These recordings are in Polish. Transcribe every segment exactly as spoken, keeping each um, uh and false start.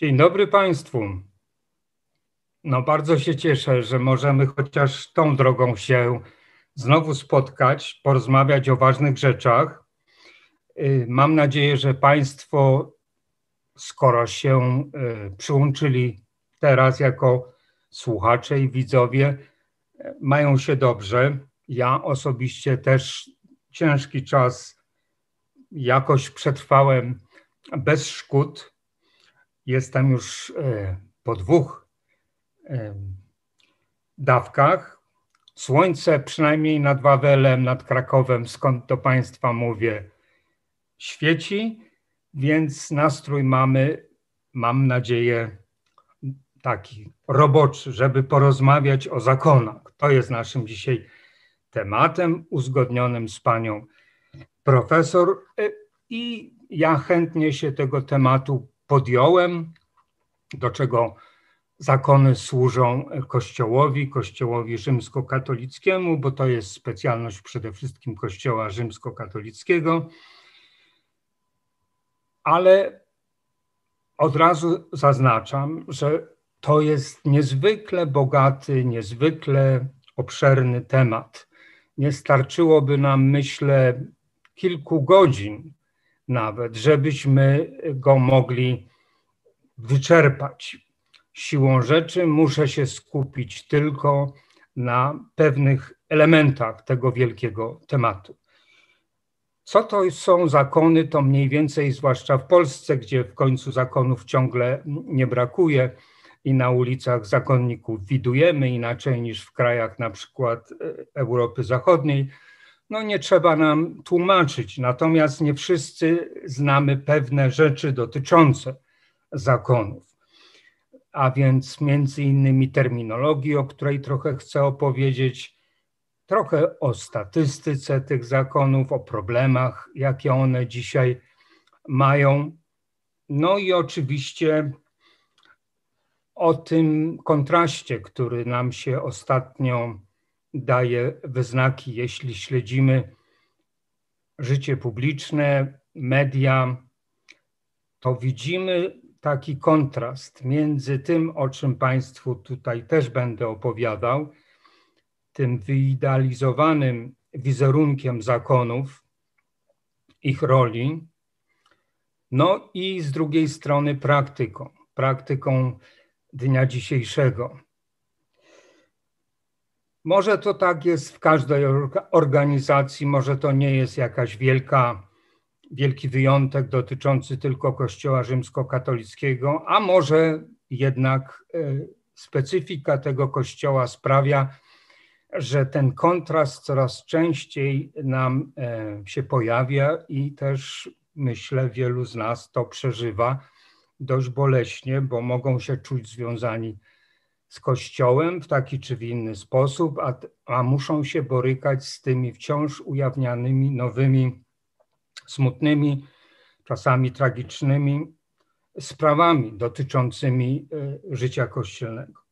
Dzień dobry Państwu. No bardzo się cieszę, że możemy chociaż tą drogą się znowu spotkać, porozmawiać o ważnych rzeczach. Mam nadzieję, że Państwo, skoro się przyłączyli teraz jako słuchacze i widzowie, mają się dobrze. Ja osobiście też ciężki czas jakoś przetrwałem bez szkód. Jestem już po dwóch dawkach. Słońce przynajmniej nad Wawelem, nad Krakowem, skąd do Państwa mówię, świeci, więc nastrój mamy, mam nadzieję, taki roboczy, żeby porozmawiać o zakonach. To jest naszym dzisiaj tematem uzgodnionym z panią profesor i ja chętnie się tego tematu podjąłem, do czego zakony służą Kościołowi, Kościołowi rzymskokatolickiemu, bo to jest specjalność przede wszystkim Kościoła rzymskokatolickiego, ale od razu zaznaczam, że to jest niezwykle bogaty, niezwykle obszerny temat. Nie starczyłoby nam, myślę, kilku godzin nawet, żebyśmy go mogli wyczerpać. Siłą rzeczy muszę się skupić tylko na pewnych elementach tego wielkiego tematu. Co to są zakony, to mniej więcej, zwłaszcza w Polsce, gdzie w końcu zakonów ciągle nie brakuje i na ulicach zakonników widujemy inaczej niż w krajach na przykład Europy Zachodniej. No nie trzeba nam tłumaczyć, natomiast nie wszyscy znamy pewne rzeczy dotyczące zakonów. A więc między innymi terminologii, o której trochę chcę opowiedzieć, trochę o statystyce tych zakonów, o problemach, jakie one dzisiaj mają. No i oczywiście o tym kontraście, który nam się ostatnio daje we znaki, jeśli śledzimy życie publiczne, media, to widzimy taki kontrast między tym, o czym Państwu tutaj też będę opowiadał, tym wyidealizowanym wizerunkiem zakonów, ich roli, no i z drugiej strony praktyką, praktyką dnia dzisiejszego. Może to tak jest w każdej organizacji, może to nie jest jakaś wielka, wielki wyjątek dotyczący tylko Kościoła rzymskokatolickiego, a może jednak specyfika tego Kościoła sprawia, że ten kontrast coraz częściej nam się pojawia i też myślę, wielu z nas to przeżywa dość boleśnie, bo mogą się czuć związani z Kościołem w taki czy w inny sposób, a, a muszą się borykać z tymi wciąż ujawnianymi nowymi, smutnymi, czasami tragicznymi sprawami dotyczącymi życia kościelnego.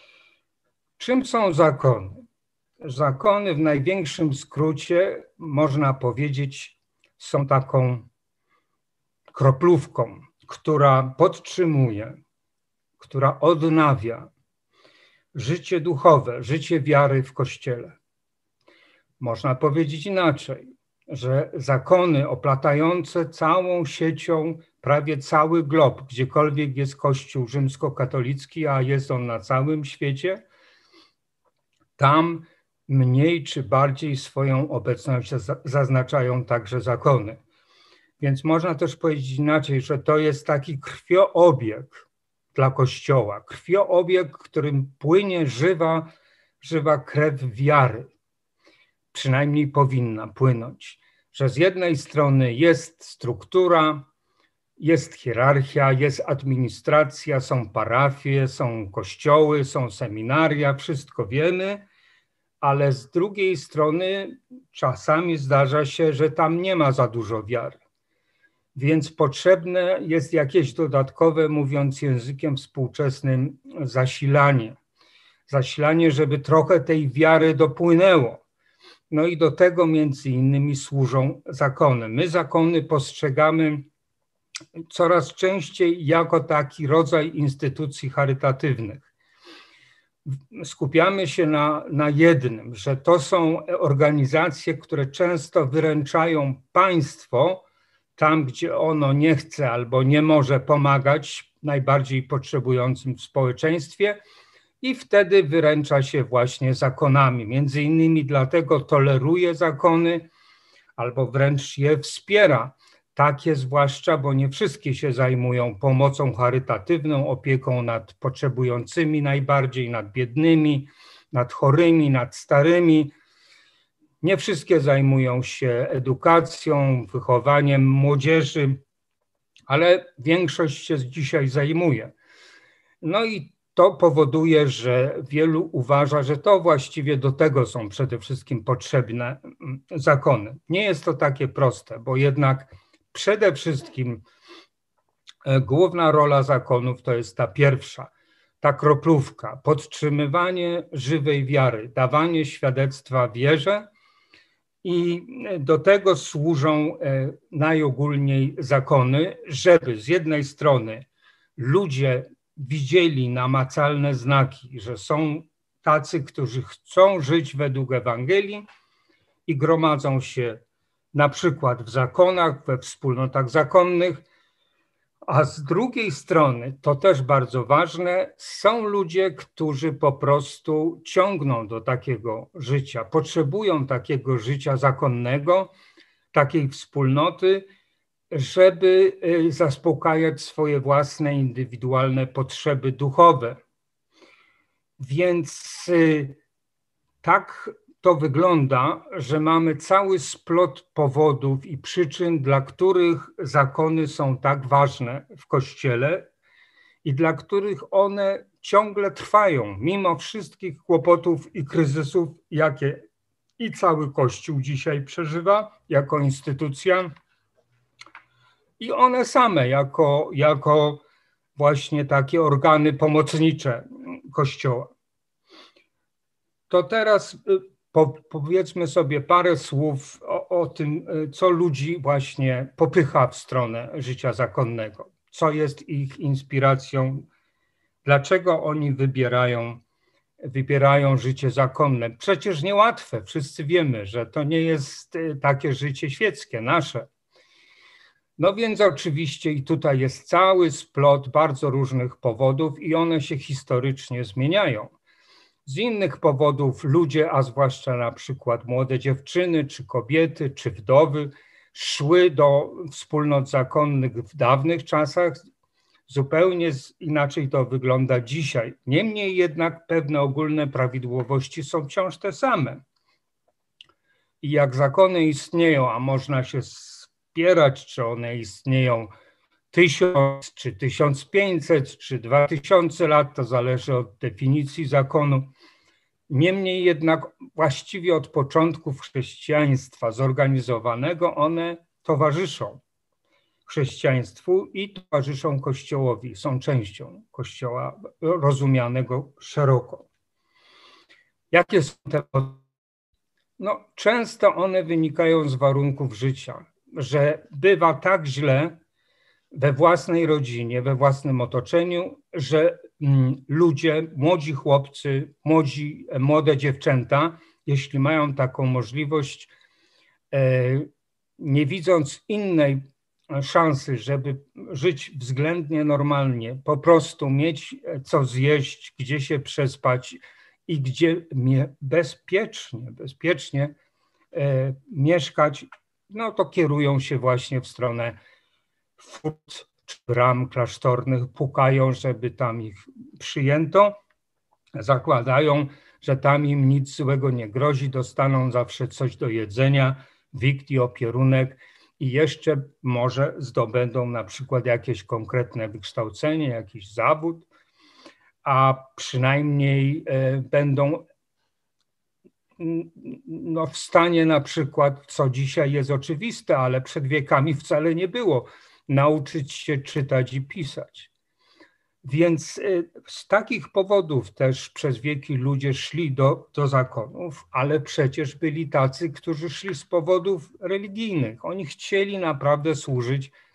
Czym są zakony? Zakony w największym skrócie, można powiedzieć, są taką kroplówką, która podtrzymuje, która odnawia życie duchowe, życie wiary w Kościele. Można powiedzieć inaczej, że zakony oplatające całą siecią prawie cały glob, gdziekolwiek jest Kościół rzymskokatolicki, a jest on na całym świecie, tam mniej czy bardziej swoją obecność zaznaczają także zakony. Więc można też powiedzieć inaczej, że to jest taki krwioobieg dla Kościoła, krwioobieg, którym płynie żywa, żywa krew wiary. Przynajmniej powinna płynąć, że z jednej strony jest struktura, jest hierarchia, jest administracja, są parafie, są kościoły, są seminaria, wszystko wiemy, ale z drugiej strony czasami zdarza się, że tam nie ma za dużo wiary. Więc potrzebne jest jakieś dodatkowe, mówiąc językiem współczesnym, zasilanie. Zasilanie, żeby trochę tej wiary dopłynęło. No i do tego między innymi służą zakony. My zakony postrzegamy coraz częściej jako taki rodzaj instytucji charytatywnych. Skupiamy się na, na jednym, że to są organizacje, które często wyręczają państwo tam, gdzie ono nie chce albo nie może pomagać najbardziej potrzebującym w społeczeństwie i wtedy wyręcza się właśnie zakonami. Między innymi dlatego toleruje zakony albo wręcz je wspiera. Takie zwłaszcza, bo nie wszystkie się zajmują pomocą charytatywną, opieką nad potrzebującymi najbardziej, nad biednymi, nad chorymi, nad starymi. Nie wszystkie zajmują się edukacją, wychowaniem młodzieży, ale większość się dzisiaj zajmuje. No i to powoduje, że wielu uważa, że to właściwie do tego są przede wszystkim potrzebne zakony. Nie jest to takie proste, bo jednak przede wszystkim główna rola zakonów to jest ta pierwsza, ta kroplówka, podtrzymywanie żywej wiary, dawanie świadectwa wierze i do tego służą najogólniej zakony, żeby z jednej strony ludzie widzieli namacalne znaki, że są tacy, którzy chcą żyć według Ewangelii i gromadzą się na przykład w zakonach, we wspólnotach zakonnych, a z drugiej strony, to też bardzo ważne, są ludzie, którzy po prostu ciągną do takiego życia, potrzebują takiego życia zakonnego, takiej wspólnoty, żeby zaspokajać swoje własne, indywidualne potrzeby duchowe. Więc tak to wygląda, że mamy cały splot powodów i przyczyn, dla których zakony są tak ważne w Kościele i dla których one ciągle trwają, mimo wszystkich kłopotów i kryzysów, jakie i cały Kościół dzisiaj przeżywa jako instytucja, i one same jako, jako właśnie takie organy pomocnicze Kościoła. To teraz po, powiedzmy sobie parę słów o, o tym, co ludzi właśnie popycha w stronę życia zakonnego, co jest ich inspiracją, dlaczego oni wybierają, wybierają życie zakonne. Przecież niełatwe, wszyscy wiemy, że to nie jest takie życie świeckie, nasze. No więc oczywiście i tutaj jest cały splot bardzo różnych powodów i one się historycznie zmieniają. Z innych powodów ludzie, a zwłaszcza na przykład młode dziewczyny, czy kobiety, czy wdowy, szły do wspólnot zakonnych w dawnych czasach. Zupełnie inaczej to wygląda dzisiaj. Niemniej jednak pewne ogólne prawidłowości są wciąż te same. I jak zakony istnieją, a można się spierać, czy one istnieją tysiąc, czy tysiąc pięćset, czy dwa tysiące lat, to zależy od definicji zakonu. Niemniej jednak właściwie od początków chrześcijaństwa zorganizowanego one towarzyszą chrześcijaństwu i towarzyszą Kościołowi, są częścią Kościoła rozumianego szeroko. Jakie są te? No, często one wynikają z warunków życia, że bywa tak źle we własnej rodzinie, we własnym otoczeniu, że ludzie, młodzi chłopcy, młodzi, młode dziewczęta, jeśli mają taką możliwość, nie widząc innej szansy, żeby żyć względnie normalnie, po prostu mieć co zjeść, gdzie się przespać i gdzie bezpiecznie, bezpiecznie mieszkać, no to kierują się właśnie w stronę furt czy bram klasztornych, pukają, żeby tam ich przyjęto, zakładają, że tam im nic złego nie grozi, dostaną zawsze coś do jedzenia, wikt i opierunek i jeszcze może zdobędą na przykład jakieś konkretne wykształcenie, jakiś zawód, a przynajmniej będą no, w stanie na przykład, co dzisiaj jest oczywiste, ale przed wiekami wcale nie było, nauczyć się czytać i pisać. Więc z takich powodów też przez wieki ludzie szli do, do zakonów, ale przecież byli tacy, którzy szli z powodów religijnych. Oni chcieli naprawdę służyć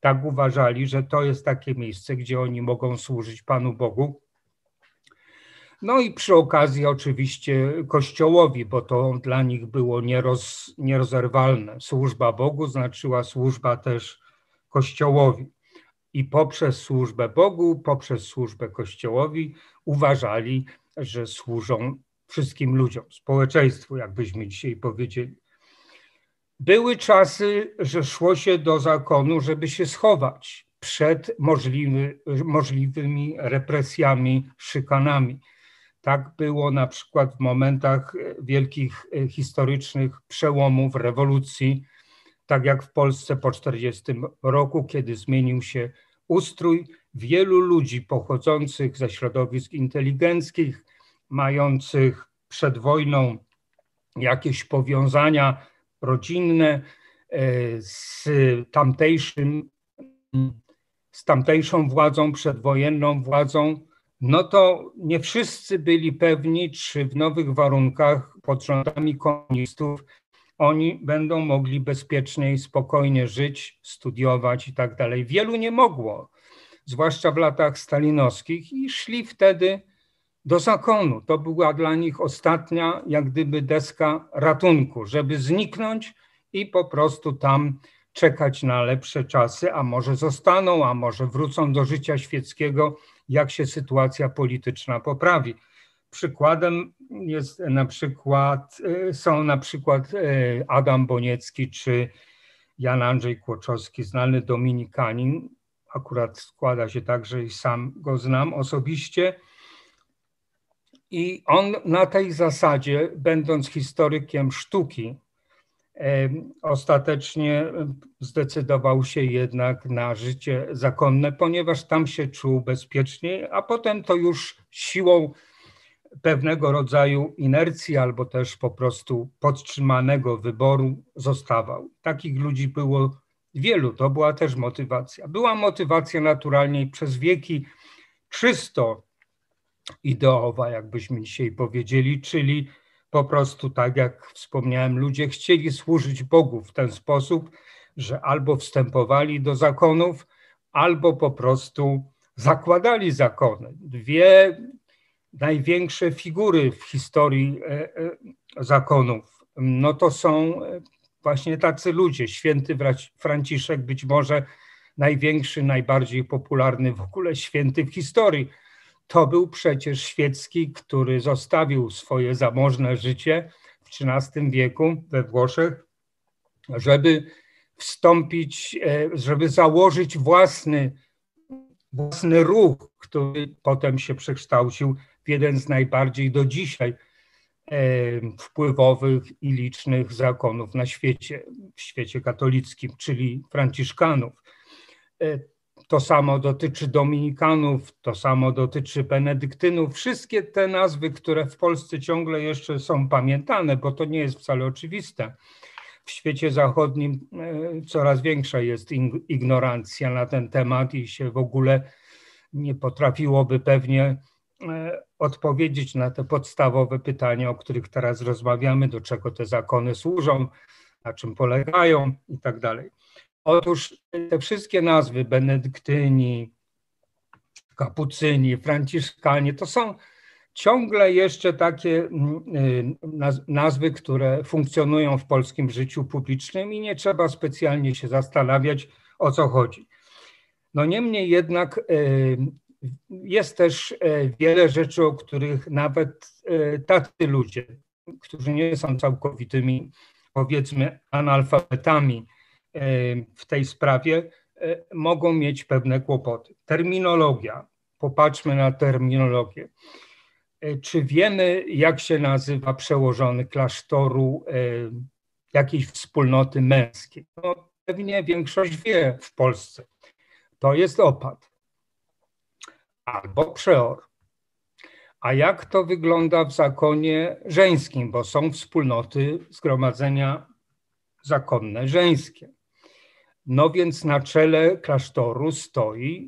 tak uważali, że to jest takie miejsce, gdzie oni mogą służyć Panu Bogu. No i przy okazji oczywiście Kościołowi, bo to dla nich było nieroz, nierozerwalne. Służba Bogu znaczyła służba też Kościołowi. I poprzez służbę Bogu, poprzez służbę Kościołowi uważali, że służą wszystkim ludziom, społeczeństwu, jakbyśmy dzisiaj powiedzieli. Były czasy, że szło się do zakonu, żeby się schować przed możliwy, możliwymi represjami, szykanami. Tak było na przykład w momentach wielkich historycznych przełomów, rewolucji, tak jak w Polsce po tysiąc dziewięćset czterdziestym roku, kiedy zmienił się ustrój. Wielu ludzi pochodzących ze środowisk inteligenckich, mających przed wojną jakieś powiązania rodzinne z tamtejszym, z tamtejszą władzą, przedwojenną władzą, no to nie wszyscy byli pewni, czy w nowych warunkach pod rządami komunistów oni będą mogli bezpiecznie i spokojnie żyć, studiować i tak dalej. Wielu nie mogło, zwłaszcza w latach stalinowskich, i szli wtedy do zakonu. To była dla nich ostatnia, jak gdyby, deska ratunku, żeby zniknąć i po prostu tam czekać na lepsze czasy, a może zostaną, a może wrócą do życia świeckiego, jak się sytuacja polityczna poprawi. Przykładem jest na przykład, są na przykład Adam Boniecki czy Jan Andrzej Kłoczowski, znany dominikanin. Akurat składa się tak, że i sam go znam osobiście. I on na tej zasadzie, będąc historykiem sztuki, ostatecznie zdecydował się jednak na życie zakonne, ponieważ tam się czuł bezpieczniej, a potem to już siłą pewnego rodzaju inercji albo też po prostu podtrzymanego wyboru zostawał. Takich ludzi było wielu, to była też motywacja. Była motywacja naturalnie przez wieki czysto ideowa, jakbyśmy dzisiaj powiedzieli, czyli po prostu, tak jak wspomniałem, ludzie chcieli służyć Bogu w ten sposób, że albo wstępowali do zakonów, albo po prostu zakładali zakony. Dwie największe figury w historii zakonów, no to są właśnie tacy ludzie. Święty Franciszek, być może największy, najbardziej popularny w ogóle święty w historii. To był przecież świecki, który zostawił swoje zamożne życie w trzynastym wieku we Włoszech, żeby wstąpić, żeby założyć własny, własny ruch, który potem się przekształcił w jeden z najbardziej do dzisiaj wpływowych i licznych zakonów na świecie, w świecie katolickim, czyli Franciszkanów. To samo dotyczy dominikanów, to samo dotyczy benedyktynów. Wszystkie te nazwy, które w Polsce ciągle jeszcze są pamiętane, bo to nie jest wcale oczywiste. W świecie zachodnim coraz większa jest ignorancja na ten temat i się w ogóle nie potrafiłoby pewnie odpowiedzieć na te podstawowe pytania, o których teraz rozmawiamy, do czego te zakony służą, na czym polegają i tak dalej. Otóż te wszystkie nazwy, benedyktyni, kapucyni, franciszkanie, to są ciągle jeszcze takie nazwy, które funkcjonują w polskim życiu publicznym i nie trzeba specjalnie się zastanawiać, o co chodzi. No niemniej jednak jest też wiele rzeczy, o których nawet tacy ludzie, którzy nie są całkowitymi, powiedzmy, analfabetami w tej sprawie, mogą mieć pewne kłopoty. Terminologia. Popatrzmy na terminologię. Czy wiemy, jak się nazywa przełożony klasztoru jakiejś wspólnoty męskiej? No, pewnie większość wie w Polsce. To jest opat albo przeor. A jak to wygląda w zakonie żeńskim? Bo są wspólnoty, zgromadzenia zakonne żeńskie. No więc na czele klasztoru stoi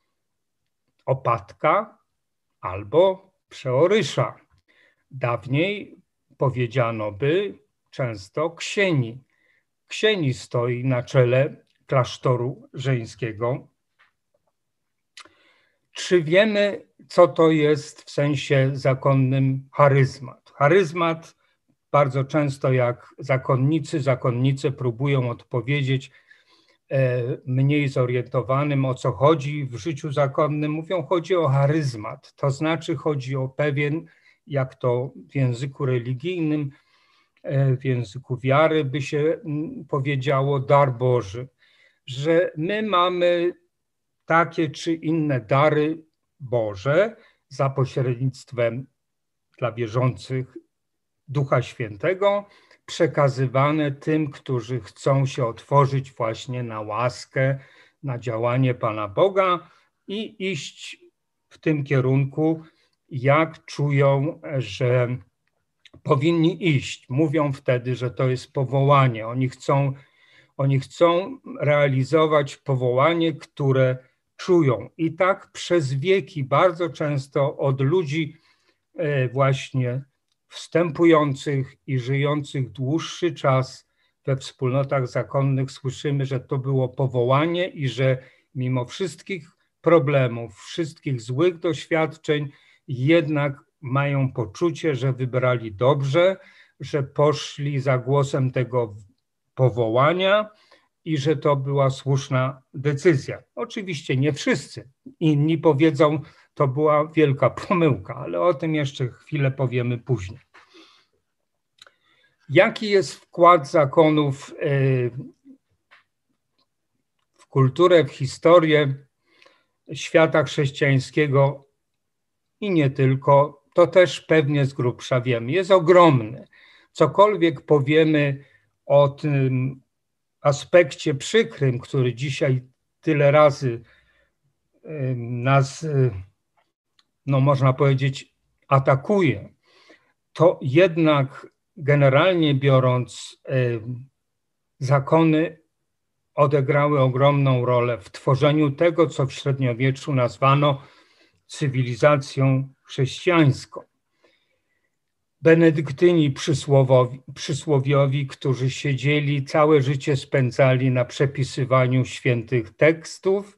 opatka albo przeorysza. Dawniej powiedziano by często ksieni. Ksieni stoi na czele klasztoru żeńskiego. Czy wiemy, co to jest w sensie zakonnym charyzmat? Charyzmat bardzo często, jak zakonnicy, zakonnice próbują odpowiedzieć mniej zorientowanym, o co chodzi w życiu zakonnym, mówią, chodzi o charyzmat. To znaczy chodzi o pewien, jak to w języku religijnym, w języku wiary by się powiedziało, dar Boży, że my mamy takie czy inne dary Boże za pośrednictwem dla wierzących Ducha Świętego, przekazywane tym, którzy chcą się otworzyć właśnie na łaskę, na działanie Pana Boga i iść w tym kierunku, jak czują, że powinni iść. Mówią wtedy, że to jest powołanie. Oni chcą, oni chcą realizować powołanie, które czują. I tak przez wieki bardzo często od ludzi właśnie wstępujących i żyjących dłuższy czas we wspólnotach zakonnych słyszymy, że to było powołanie i że mimo wszystkich problemów, wszystkich złych doświadczeń, jednak mają poczucie, że wybrali dobrze, że poszli za głosem tego powołania i że to była słuszna decyzja. Oczywiście nie wszyscy. Inni powiedzą, to była wielka pomyłka, ale o tym jeszcze chwilę powiemy później. Jaki jest wkład zakonów w kulturę, w historię świata chrześcijańskiego i nie tylko, to też pewnie z grubsza wiemy, jest ogromny. Cokolwiek powiemy o tym aspekcie przykrym, który dzisiaj tyle razy nas, no można powiedzieć, atakuje, to jednak generalnie biorąc zakony odegrały ogromną rolę w tworzeniu tego, co w średniowieczu nazwano cywilizacją chrześcijańską. Benedyktyni przysłowiowi, którzy siedzieli, całe życie spędzali na przepisywaniu świętych tekstów,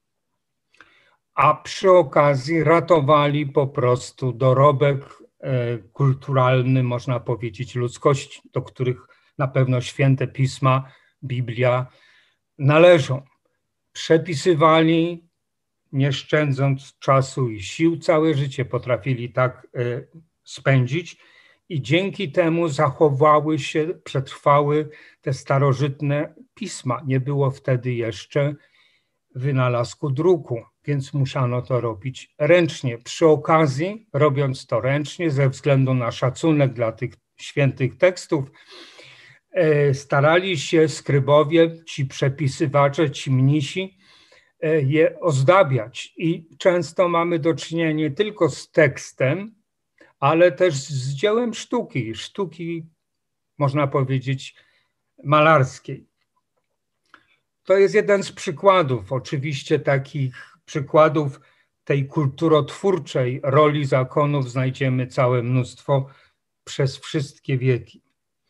a przy okazji ratowali po prostu dorobek kulturalny, można powiedzieć, ludzkości, do których na pewno święte pisma, Biblia należą. Przepisywali, nie szczędząc czasu i sił, całe życie potrafili tak spędzić i dzięki temu zachowały się, przetrwały te starożytne pisma. Nie było wtedy jeszcze wynalazku druku, więc musiano to robić ręcznie. Przy okazji, robiąc to ręcznie, ze względu na szacunek dla tych świętych tekstów, starali się skrybowie, ci przepisywacze, ci mnisi, je ozdabiać. I często mamy do czynienia nie tylko z tekstem, ale też z dziełem sztuki, sztuki, można powiedzieć, malarskiej. To jest jeden z przykładów, oczywiście takich przykładów tej kulturotwórczej roli zakonów znajdziemy całe mnóstwo przez wszystkie wieki.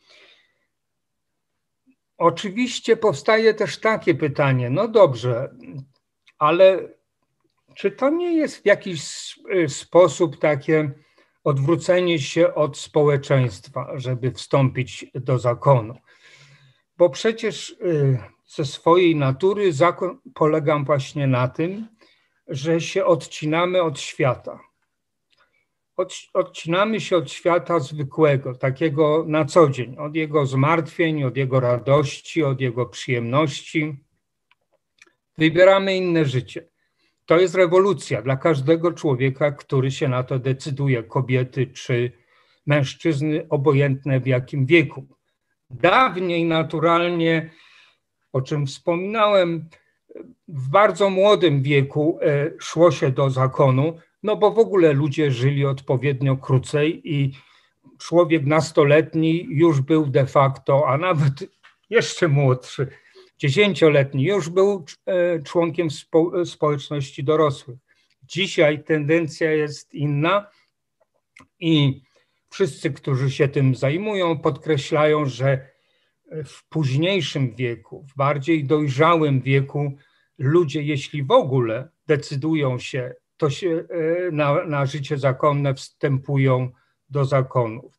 Oczywiście powstaje też takie pytanie, no dobrze, ale czy to nie jest w jakiś sposób takie odwrócenie się od społeczeństwa, żeby wstąpić do zakonu? Bo przecież ze swojej natury zakon polega właśnie na tym, że się odcinamy od świata. Od, odcinamy się od świata zwykłego, takiego na co dzień, od jego zmartwień, od jego radości, od jego przyjemności. Wybieramy inne życie. To jest rewolucja dla każdego człowieka, który się na to decyduje, kobiety czy mężczyzny, obojętne w jakim wieku. Dawniej naturalnie, o czym wspominałem, w bardzo młodym wieku szło się do zakonu, no bo w ogóle ludzie żyli odpowiednio krócej i człowiek nastoletni już był de facto, a nawet jeszcze młodszy, dziesięcioletni, już był członkiem spo, społeczności dorosłych. Dzisiaj tendencja jest inna i wszyscy, którzy się tym zajmują, podkreślają, że w późniejszym wieku, w bardziej dojrzałym wieku ludzie, jeśli w ogóle decydują się, to się na, na życie zakonne wstępują do zakonów.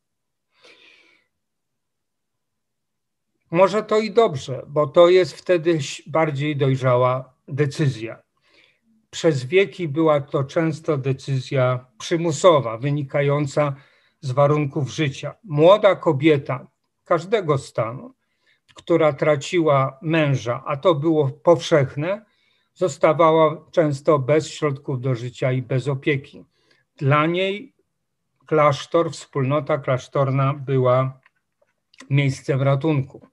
Może to i dobrze, bo to jest wtedy bardziej dojrzała decyzja. Przez wieki była to często decyzja przymusowa, wynikająca z warunków życia. Młoda kobieta każdego stanu, która traciła męża, a to było powszechne, zostawała często bez środków do życia i bez opieki. Dla niej klasztor, wspólnota klasztorna była miejscem ratunku.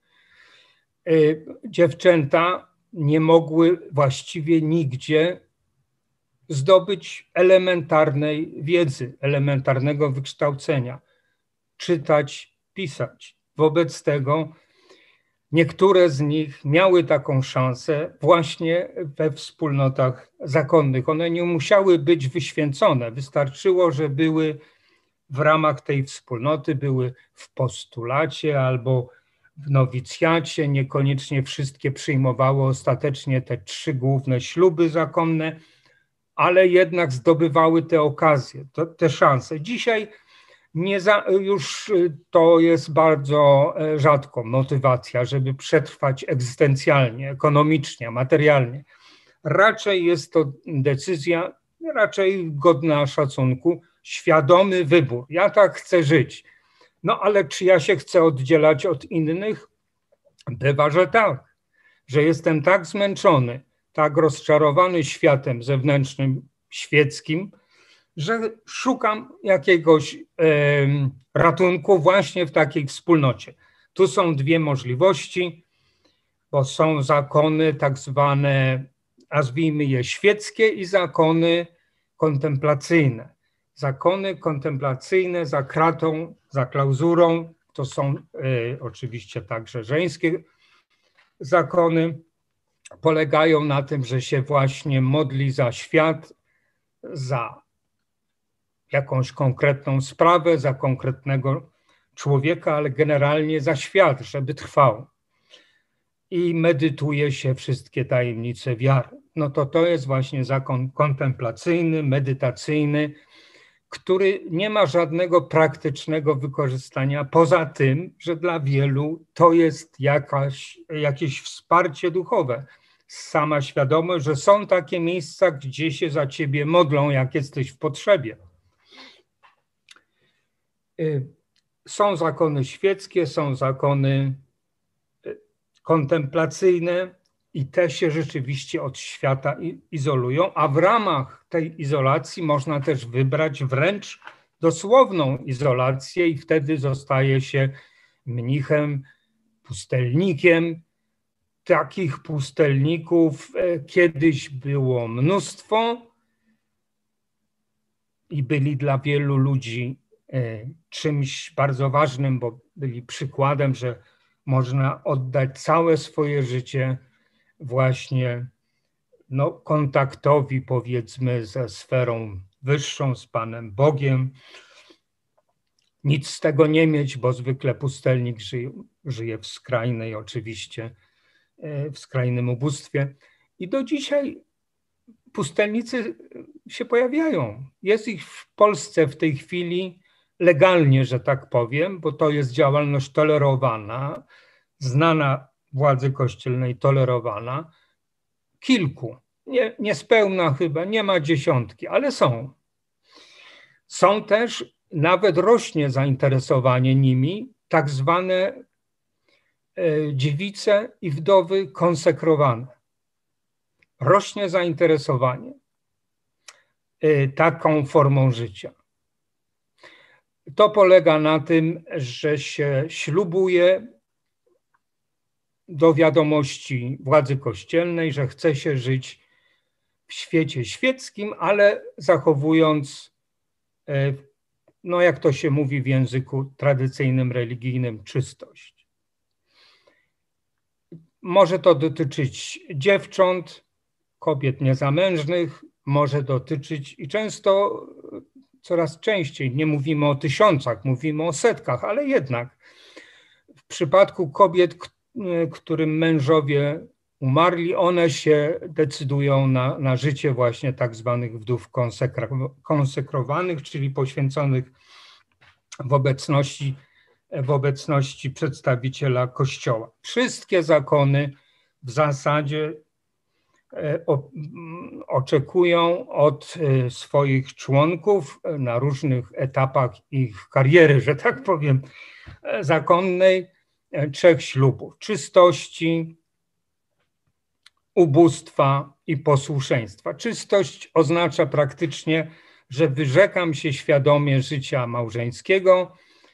Dziewczęta nie mogły właściwie nigdzie zdobyć elementarnej wiedzy, elementarnego wykształcenia, czytać, pisać. Wobec tego niektóre z nich miały taką szansę właśnie we wspólnotach zakonnych. One nie musiały być wyświęcone. Wystarczyło, że były w ramach tej wspólnoty, były w postulacie albo w nowicjacie. Niekoniecznie wszystkie przyjmowały ostatecznie te trzy główne śluby zakonne, ale jednak zdobywały te okazje, to, te szanse. Dzisiaj nie za, już to jest bardzo rzadko motywacja, żeby przetrwać egzystencjalnie, ekonomicznie, materialnie. Raczej jest to decyzja, raczej godna szacunku, świadomy wybór. Ja tak chcę żyć. No ale czy ja się chcę oddzielać od innych? Bywa, że tak, że jestem tak zmęczony, tak rozczarowany światem zewnętrznym, świeckim, że szukam jakiegoś e, ratunku właśnie w takiej wspólnocie. Tu są dwie możliwości, bo są zakony tak zwane, nazwijmy je świeckie i zakony kontemplacyjne. Zakony kontemplacyjne za kratą, za klauzurą, to są e, oczywiście także żeńskie zakony, polegają na tym, że się właśnie modli za świat, za jakąś konkretną sprawę, za konkretnego człowieka, ale generalnie za świat, żeby trwał. I medytuje się wszystkie tajemnice wiary. No to to jest właśnie zakon kontemplacyjny, medytacyjny, który nie ma żadnego praktycznego wykorzystania, poza tym, że dla wielu to jest jakaś, jakieś wsparcie duchowe. Sama świadomość, że są takie miejsca, gdzie się za ciebie modlą, jak jesteś w potrzebie. Są zakony świeckie, są zakony kontemplacyjne i te się rzeczywiście od świata izolują, a w ramach tej izolacji można też wybrać wręcz dosłowną izolację i wtedy zostaje się mnichem, pustelnikiem. Takich pustelników kiedyś było mnóstwo i byli dla wielu ludzi czymś bardzo ważnym, bo byli przykładem, że można oddać całe swoje życie właśnie no, kontaktowi, powiedzmy, ze sferą wyższą, z Panem Bogiem. Nic z tego nie mieć, bo zwykle pustelnik żyje, żyje w skrajnej, oczywiście, w skrajnym ubóstwie. I do dzisiaj pustelnicy się pojawiają. Jest ich w Polsce w tej chwili legalnie, że tak powiem, bo to jest działalność tolerowana, znana władzy kościelnej, tolerowana. Kilku, nie, niespełna chyba, nie ma dziesiątki, ale są. Są też, nawet rośnie zainteresowanie nimi, tak zwane dziewice i wdowy konsekrowane. Rośnie zainteresowanie taką formą życia. To polega na tym, że się ślubuje do wiadomości władzy kościelnej, że chce się żyć w świecie świeckim, ale zachowując, no jak to się mówi w języku tradycyjnym, religijnym, czystość. Może to dotyczyć dziewcząt, kobiet niezamężnych, może dotyczyć i często, coraz częściej, nie mówimy o tysiącach, mówimy o setkach, ale jednak przypadku kobiet, którym mężowie umarli, one się decydują na, na życie właśnie tak zwanych wdów konsekro, konsekrowanych, czyli poświęconych w obecności, w obecności przedstawiciela Kościoła. Wszystkie zakony w zasadzie o, oczekują od swoich członków na różnych etapach ich kariery, że tak powiem, zakonnej, trzech ślubów: czystości, ubóstwa i posłuszeństwa. Czystość oznacza praktycznie, że wyrzekam się świadomie życia małżeńskiego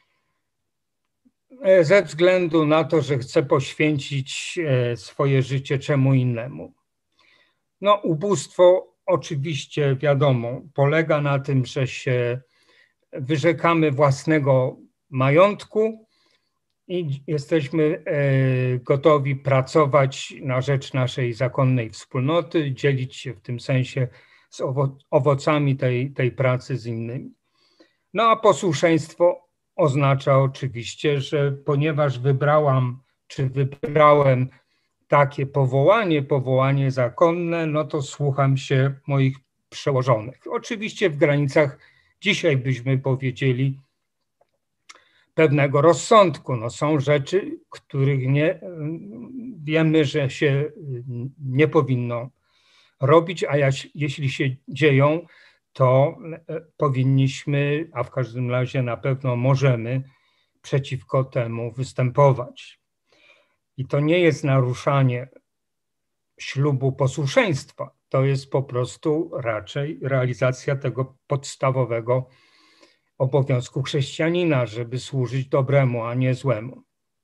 ze względu na to, że chcę poświęcić swoje życie czemu innemu. No, ubóstwo oczywiście, wiadomo, polega na tym, że się wyrzekamy własnego majątku i jesteśmy gotowi pracować na rzecz naszej zakonnej wspólnoty, dzielić się w tym sensie z owocami tej, tej pracy z innymi. No a posłuszeństwo oznacza oczywiście, że ponieważ wybrałam, czy wybrałem takie powołanie, powołanie zakonne, no to słucham się moich przełożonych. Oczywiście w granicach, dzisiaj byśmy powiedzieli, pewnego rozsądku. No są rzeczy, których nie, wiemy, że się nie powinno robić, a jeśli się dzieją, to powinniśmy, a w każdym razie na pewno możemy przeciwko temu występować. I to nie jest naruszanie ślubu posłuszeństwa, to jest po prostu raczej realizacja tego podstawowego obowiązku chrześcijanina, żeby służyć dobremu, a nie złemu.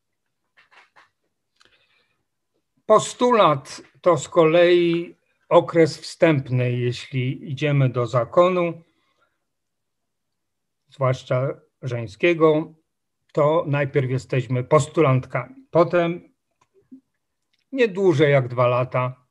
Postulat to z kolei okres wstępny, jeśli idziemy do zakonu, zwłaszcza żeńskiego, to najpierw jesteśmy postulantkami. Potem nie dłużej jak dwa lata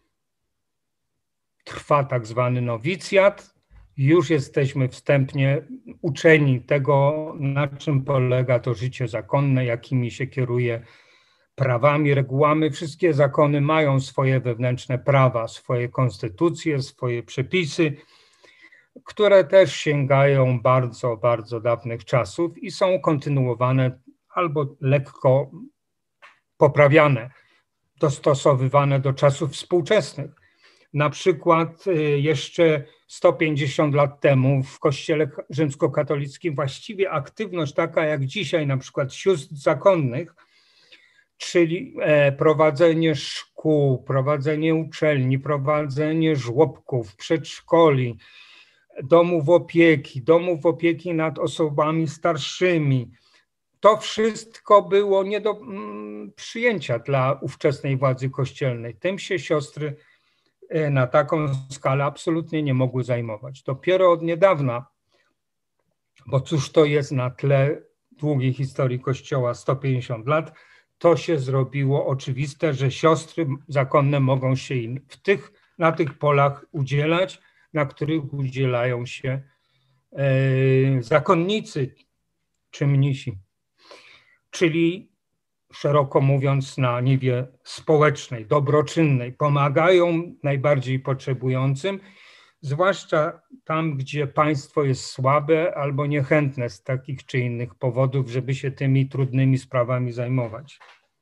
trwa tak zwany nowicjat. Już jesteśmy wstępnie uczeni tego, na czym polega to życie zakonne, jakimi się kieruje prawami, regułami. Wszystkie zakony mają swoje wewnętrzne prawa, swoje konstytucje, swoje przepisy, które też sięgają bardzo, bardzo dawnych czasów i są kontynuowane albo lekko poprawiane, dostosowywane do czasów współczesnych. Na przykład jeszcze sto pięćdziesiąt lat temu w Kościele rzymskokatolickim właściwie aktywność taka jak dzisiaj, na przykład sióstr zakonnych, czyli prowadzenie szkół, prowadzenie uczelni, prowadzenie żłobków, przedszkoli, domów opieki, domów opieki nad osobami starszymi. To wszystko było nie do przyjęcia dla ówczesnej władzy kościelnej. Tym się siostry na taką skalę absolutnie nie mogły zajmować. Dopiero od niedawna, bo cóż to jest na tle długiej historii Kościoła sto pięćdziesiąt lat, to się zrobiło oczywiste, że siostry zakonne mogą się w tych, na tych polach udzielać, na których udzielają się e, zakonnicy czy mnisi. Czyli szeroko mówiąc na niwie społecznej, dobroczynnej, pomagają najbardziej potrzebującym, zwłaszcza tam, gdzie państwo jest słabe albo niechętne z takich czy innych powodów, żeby się tymi trudnymi sprawami zajmować.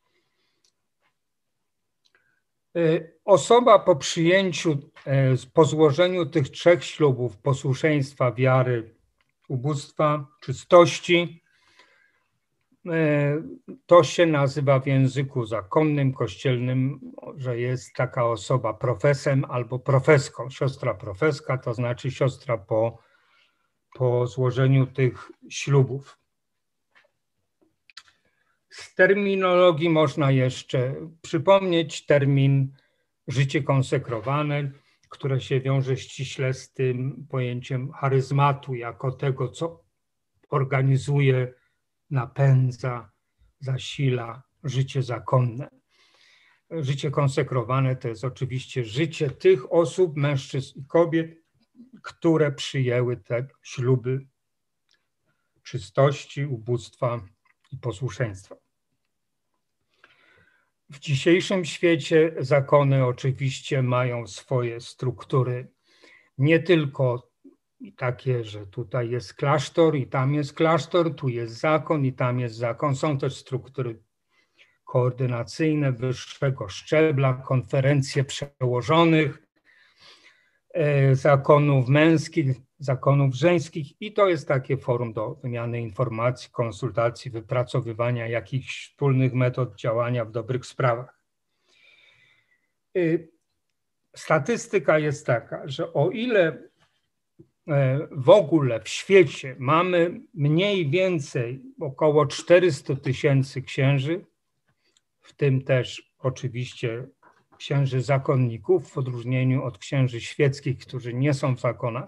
Osoba po przyjęciu, po złożeniu tych trzech ślubów, posłuszeństwa, wiary, ubóstwa, czystości, to się nazywa w języku zakonnym, kościelnym, że jest taka osoba profesem albo profeską. Siostra profeska to znaczy siostra po, po złożeniu tych ślubów. Z terminologii można jeszcze przypomnieć termin życie konsekrowane, które się wiąże ściśle z tym pojęciem charyzmatu, jako tego, co organizuje, napędza, zasila życie zakonne. Życie konsekrowane to jest oczywiście życie tych osób, mężczyzn i kobiet, które przyjęły te śluby czystości, ubóstwa i posłuszeństwa. W dzisiejszym świecie zakony oczywiście mają swoje struktury, nie tylko takie, że tutaj jest klasztor i tam jest klasztor, tu jest zakon i tam jest zakon. Są też struktury koordynacyjne wyższego szczebla, konferencje przełożonych, zakonów męskich, zakonów żeńskich i to jest takie forum do wymiany informacji, konsultacji, wypracowywania jakichś wspólnych metod działania w dobrych sprawach. Statystyka jest taka, że o ile w ogóle w świecie mamy mniej więcej około czterysta tysięcy księży, w tym też oczywiście księży zakonników, w odróżnieniu od księży świeckich, którzy nie są w zakonach,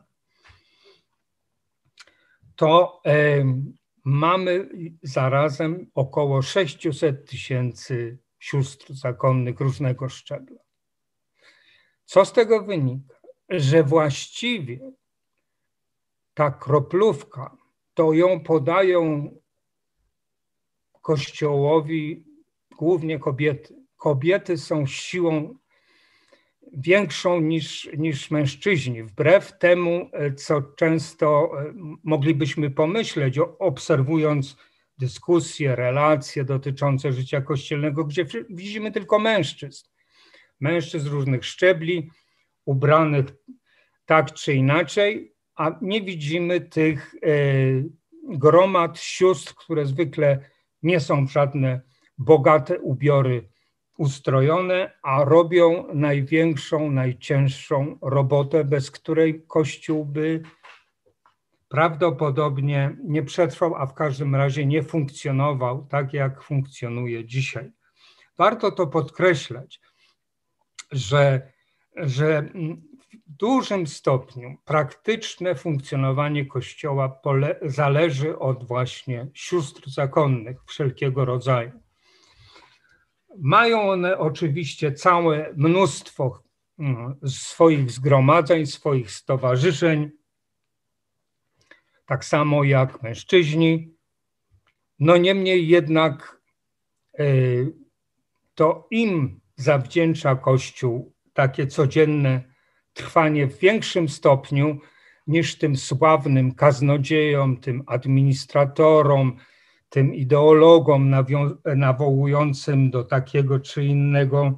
to mamy zarazem około sześćset tysięcy sióstr zakonnych różnego szczebla. Co z tego wynika? Że właściwie ta kroplówka, to ją podają Kościołowi głównie kobiety. Kobiety są siłą większą niż, niż mężczyźni, wbrew temu, co często moglibyśmy pomyśleć, obserwując dyskusje, relacje dotyczące życia kościelnego, gdzie widzimy tylko mężczyzn. Mężczyzn różnych szczebli, ubranych tak czy inaczej, a nie widzimy tych gromad sióstr, które zwykle nie są w żadne bogate ubiory ustrojone, a robią największą, najcięższą robotę, bez której Kościół by prawdopodobnie nie przetrwał, a w każdym razie nie funkcjonował tak, jak funkcjonuje dzisiaj. Warto to podkreślać, że, że w dużym stopniu praktyczne funkcjonowanie Kościoła pole, zależy od właśnie sióstr zakonnych wszelkiego rodzaju. Mają one oczywiście całe mnóstwo swoich zgromadzeń, swoich stowarzyszeń, tak samo jak mężczyźni. No niemniej jednak to im zawdzięcza Kościół takie codzienne trwanie w większym stopniu niż tym sławnym kaznodziejom, tym administratorom, tym ideologom nawołującym do takiego czy innego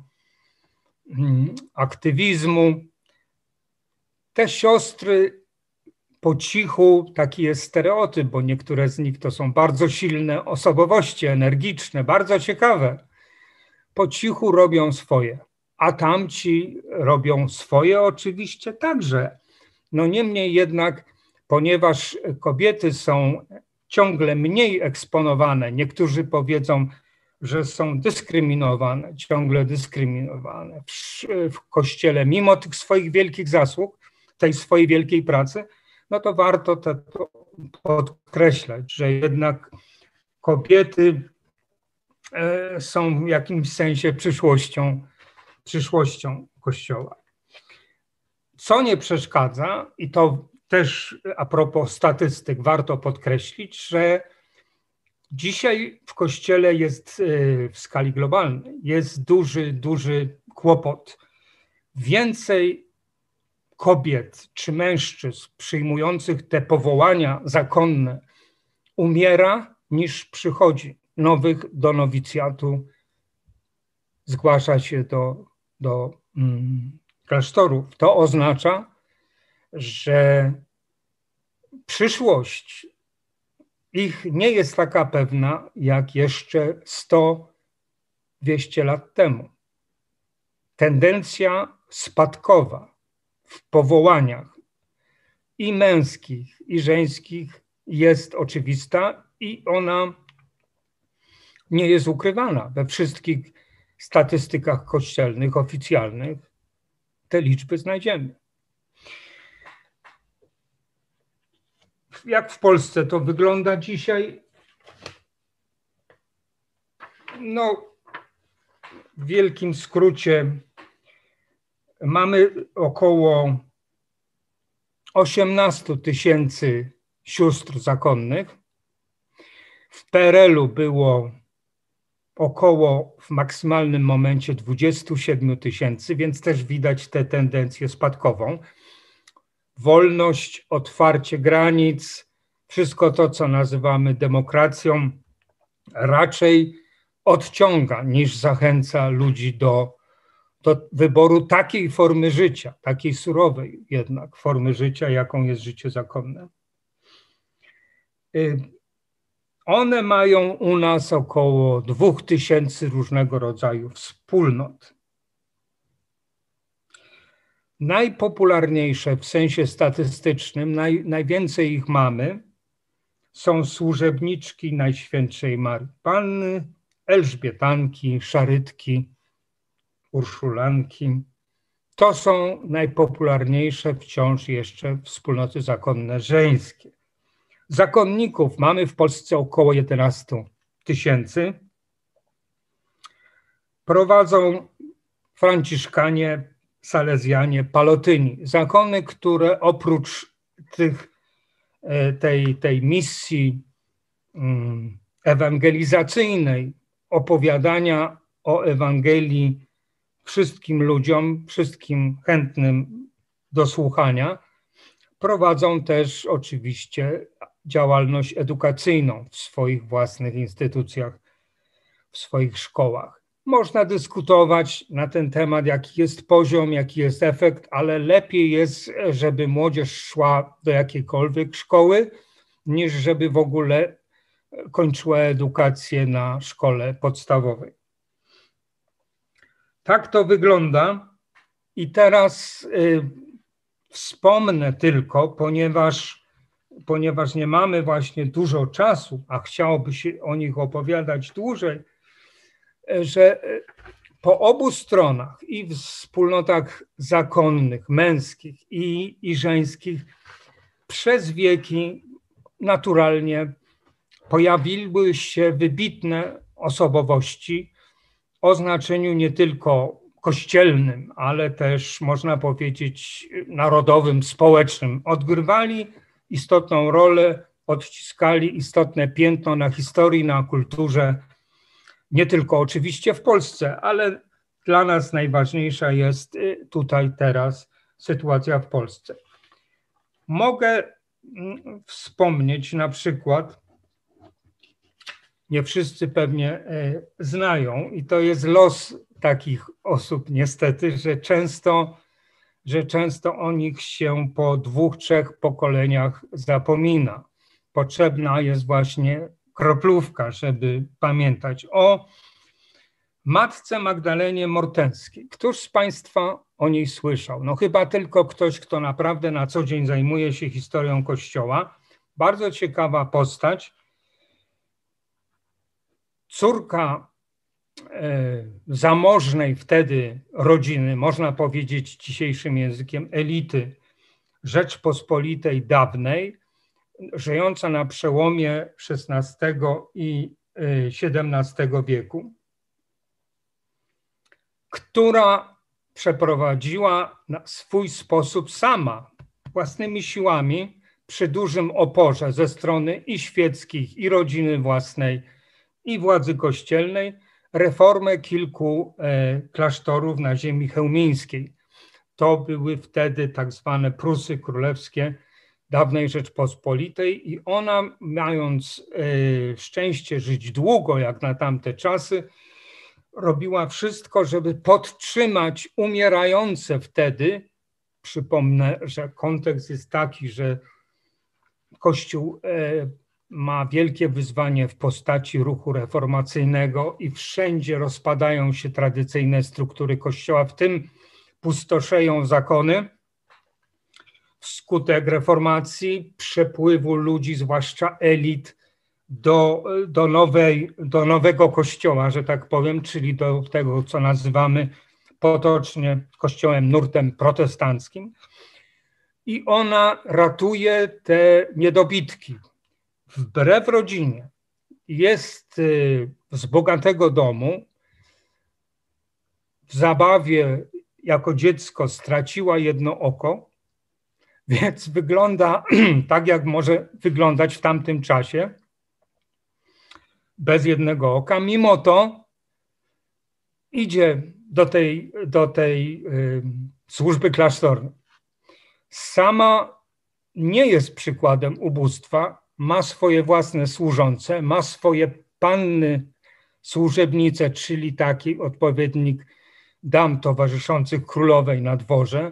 aktywizmu. Te siostry po cichu, taki jest stereotyp, bo niektóre z nich to są bardzo silne osobowości, energiczne, bardzo ciekawe. Po cichu robią swoje, a tamci robią swoje oczywiście także. No niemniej jednak, ponieważ kobiety są ciągle mniej eksponowane, niektórzy powiedzą, że są dyskryminowane, ciągle dyskryminowane w, w Kościele, mimo tych swoich wielkich zasług, tej swojej wielkiej pracy, no to warto to, to podkreślać, że jednak kobiety są w jakimś sensie przyszłością, przyszłością Kościoła. Co nie przeszkadza, i to też a propos statystyk warto podkreślić, że dzisiaj w Kościele jest w skali globalnej, jest duży, duży kłopot. Więcej kobiet czy mężczyzn przyjmujących te powołania zakonne umiera niż przychodzi. Nowych do nowicjatu zgłasza się do, do mm, klasztorów. To oznacza, że przyszłość ich nie jest taka pewna, jak jeszcze sto dwieście lat temu. Tendencja spadkowa w powołaniach i męskich, i żeńskich jest oczywista i ona nie jest ukrywana. We wszystkich statystykach kościelnych, oficjalnych te liczby znajdziemy. Jak w Polsce to wygląda dzisiaj? No, w wielkim skrócie mamy około osiemnaście tysięcy sióstr zakonnych. W P R L u było około w maksymalnym momencie dwudziestu siedmiu tysięcy, więc też widać tę tendencję spadkową. Wolność, otwarcie granic, wszystko to, co nazywamy demokracją, raczej odciąga niż zachęca ludzi do, do wyboru takiej formy życia, takiej surowej jednak formy życia, jaką jest życie zakonne. One mają u nas około dwóch tysięcy różnego rodzaju wspólnot. Najpopularniejsze w sensie statystycznym, naj, najwięcej ich mamy, są służebniczki Najświętszej Marii Panny, Elżbietanki, Szarytki, Urszulanki. To są najpopularniejsze wciąż jeszcze wspólnoty zakonne żeńskie. Zakonników mamy w Polsce około jedenastu tysięcy. Prowadzą franciszkanie, salezjanie, palotyni. Zakony, które oprócz tych, tej, tej misji ewangelizacyjnej, opowiadania o Ewangelii wszystkim ludziom, wszystkim chętnym do słuchania, prowadzą też oczywiście działalność edukacyjną w swoich własnych instytucjach, w swoich szkołach. Można dyskutować na ten temat, jaki jest poziom, jaki jest efekt, ale lepiej jest, żeby młodzież szła do jakiejkolwiek szkoły, niż żeby w ogóle kończyła edukację na szkole podstawowej. Tak to wygląda i teraz y, wspomnę tylko, ponieważ, ponieważ nie mamy właśnie dużo czasu, a chciałoby się o nich opowiadać dłużej, że po obu stronach i w wspólnotach zakonnych, męskich i, i żeńskich przez wieki naturalnie pojawiły się wybitne osobowości o znaczeniu nie tylko kościelnym, ale też można powiedzieć narodowym, społecznym. Odgrywali istotną rolę, odciskali istotne piętno na historii, na kulturze, nie tylko oczywiście w Polsce, ale dla nas najważniejsza jest tutaj teraz sytuacja w Polsce. Mogę wspomnieć na przykład, nie wszyscy pewnie znają, i to jest los takich osób niestety, że często, że często o nich się po dwóch, trzech pokoleniach zapomina. Potrzebna jest właśnie kroplówka, żeby pamiętać o matce Magdalenie Mortenskiej. Któż z Państwa o niej słyszał? No chyba tylko ktoś, kto naprawdę na co dzień zajmuje się historią Kościoła. Bardzo ciekawa postać. Córka e, zamożnej wtedy rodziny, można powiedzieć dzisiejszym językiem elity Rzeczpospolitej dawnej, żyjąca na przełomie szesnastego i siedemnastego wieku, która przeprowadziła na swój sposób sama, własnymi siłami, przy dużym oporze ze strony i świeckich, i rodziny własnej, i władzy kościelnej, reformę kilku e, klasztorów na ziemi chełmińskiej. To były wtedy tak zwane Prusy Królewskie dawnej Rzeczpospolitej i ona, mając e, szczęście żyć długo, jak na tamte czasy, robiła wszystko, żeby podtrzymać umierające wtedy. Przypomnę, że kontekst jest taki, że Kościół e, ma wielkie wyzwanie w postaci ruchu reformacyjnego i wszędzie rozpadają się tradycyjne struktury Kościoła, w tym pustoszeją zakony. Wskutek reformacji, przepływu ludzi, zwłaszcza elit, do, do, nowej, do nowego Kościoła, że tak powiem, czyli do tego, co nazywamy potocznie Kościołem nurtem protestanckim. I ona ratuje te niedobitki. Wbrew rodzinie, jest z bogatego domu, w zabawie jako dziecko straciła jedno oko, więc wygląda tak, jak może wyglądać w tamtym czasie, bez jednego oka. Mimo to idzie do tej, do tej służby klasztornej. Sama nie jest przykładem ubóstwa, ma swoje własne służące, ma swoje panny służebnice, czyli taki odpowiednik dam towarzyszących królowej na dworze.